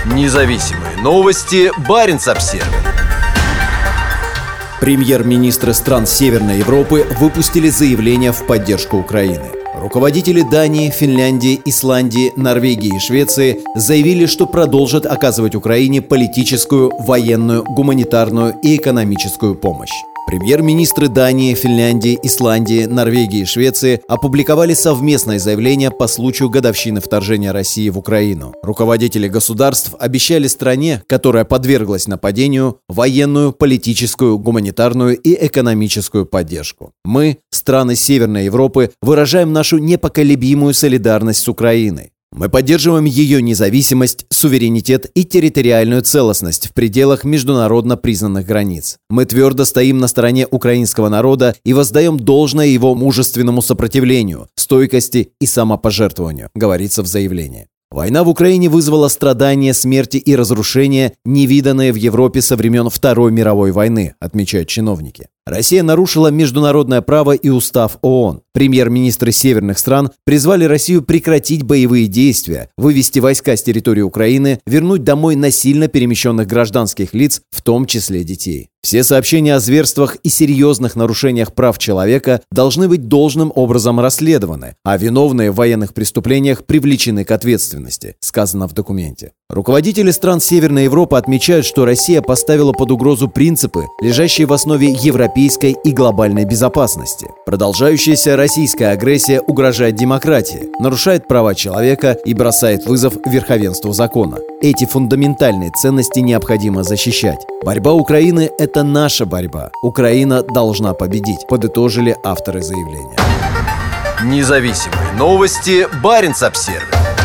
Независимые новости. Баренц-Обсервис. Премьер-министры стран Северной Европы выпустили заявление в поддержку Украины. Руководители Дании, Финляндии, Исландии, Норвегии и Швеции заявили, что продолжат оказывать Украине политическую, военную, гуманитарную и экономическую помощь. Премьер-министры Дании, Финляндии, Исландии, Норвегии и Швеции опубликовали совместное заявление по случаю годовщины вторжения России в Украину. Руководители государств обещали стране, которая подверглась нападению, военную, политическую, гуманитарную и экономическую поддержку. Мы, страны Северной Европы, выражаем нашу непоколебимую солидарность с Украиной. Мы поддерживаем ее независимость, суверенитет и территориальную целостность в пределах международно признанных границ. Мы твердо стоим на стороне украинского народа и воздаем должное его мужественному сопротивлению, стойкости и самопожертвованию, говорится в заявлении. Война в Украине вызвала страдания, смерти и разрушения, невиданные в Европе со времен Второй мировой войны, отмечают чиновники. Россия нарушила международное право и устав ООН. Премьер-министры северных стран призвали Россию прекратить боевые действия, вывести войска с территории Украины, вернуть домой насильно перемещенных гражданских лиц, в том числе детей. Все сообщения о зверствах и серьезных нарушениях прав человека должны быть должным образом расследованы, а виновные в военных преступлениях привлечены к ответственности, сказано в документе. Руководители стран Северной Европы отмечают, что Россия поставила под угрозу принципы, лежащие в основе европейской и глобальной безопасности. Продолжающаяся российская агрессия угрожает демократии, нарушает права человека и бросает вызов верховенству закона. Эти фундаментальные ценности необходимо защищать. Борьба Украины – это наша борьба. Украина должна победить, подытожили авторы заявления. Независимые новости. Баренц-Обсервис.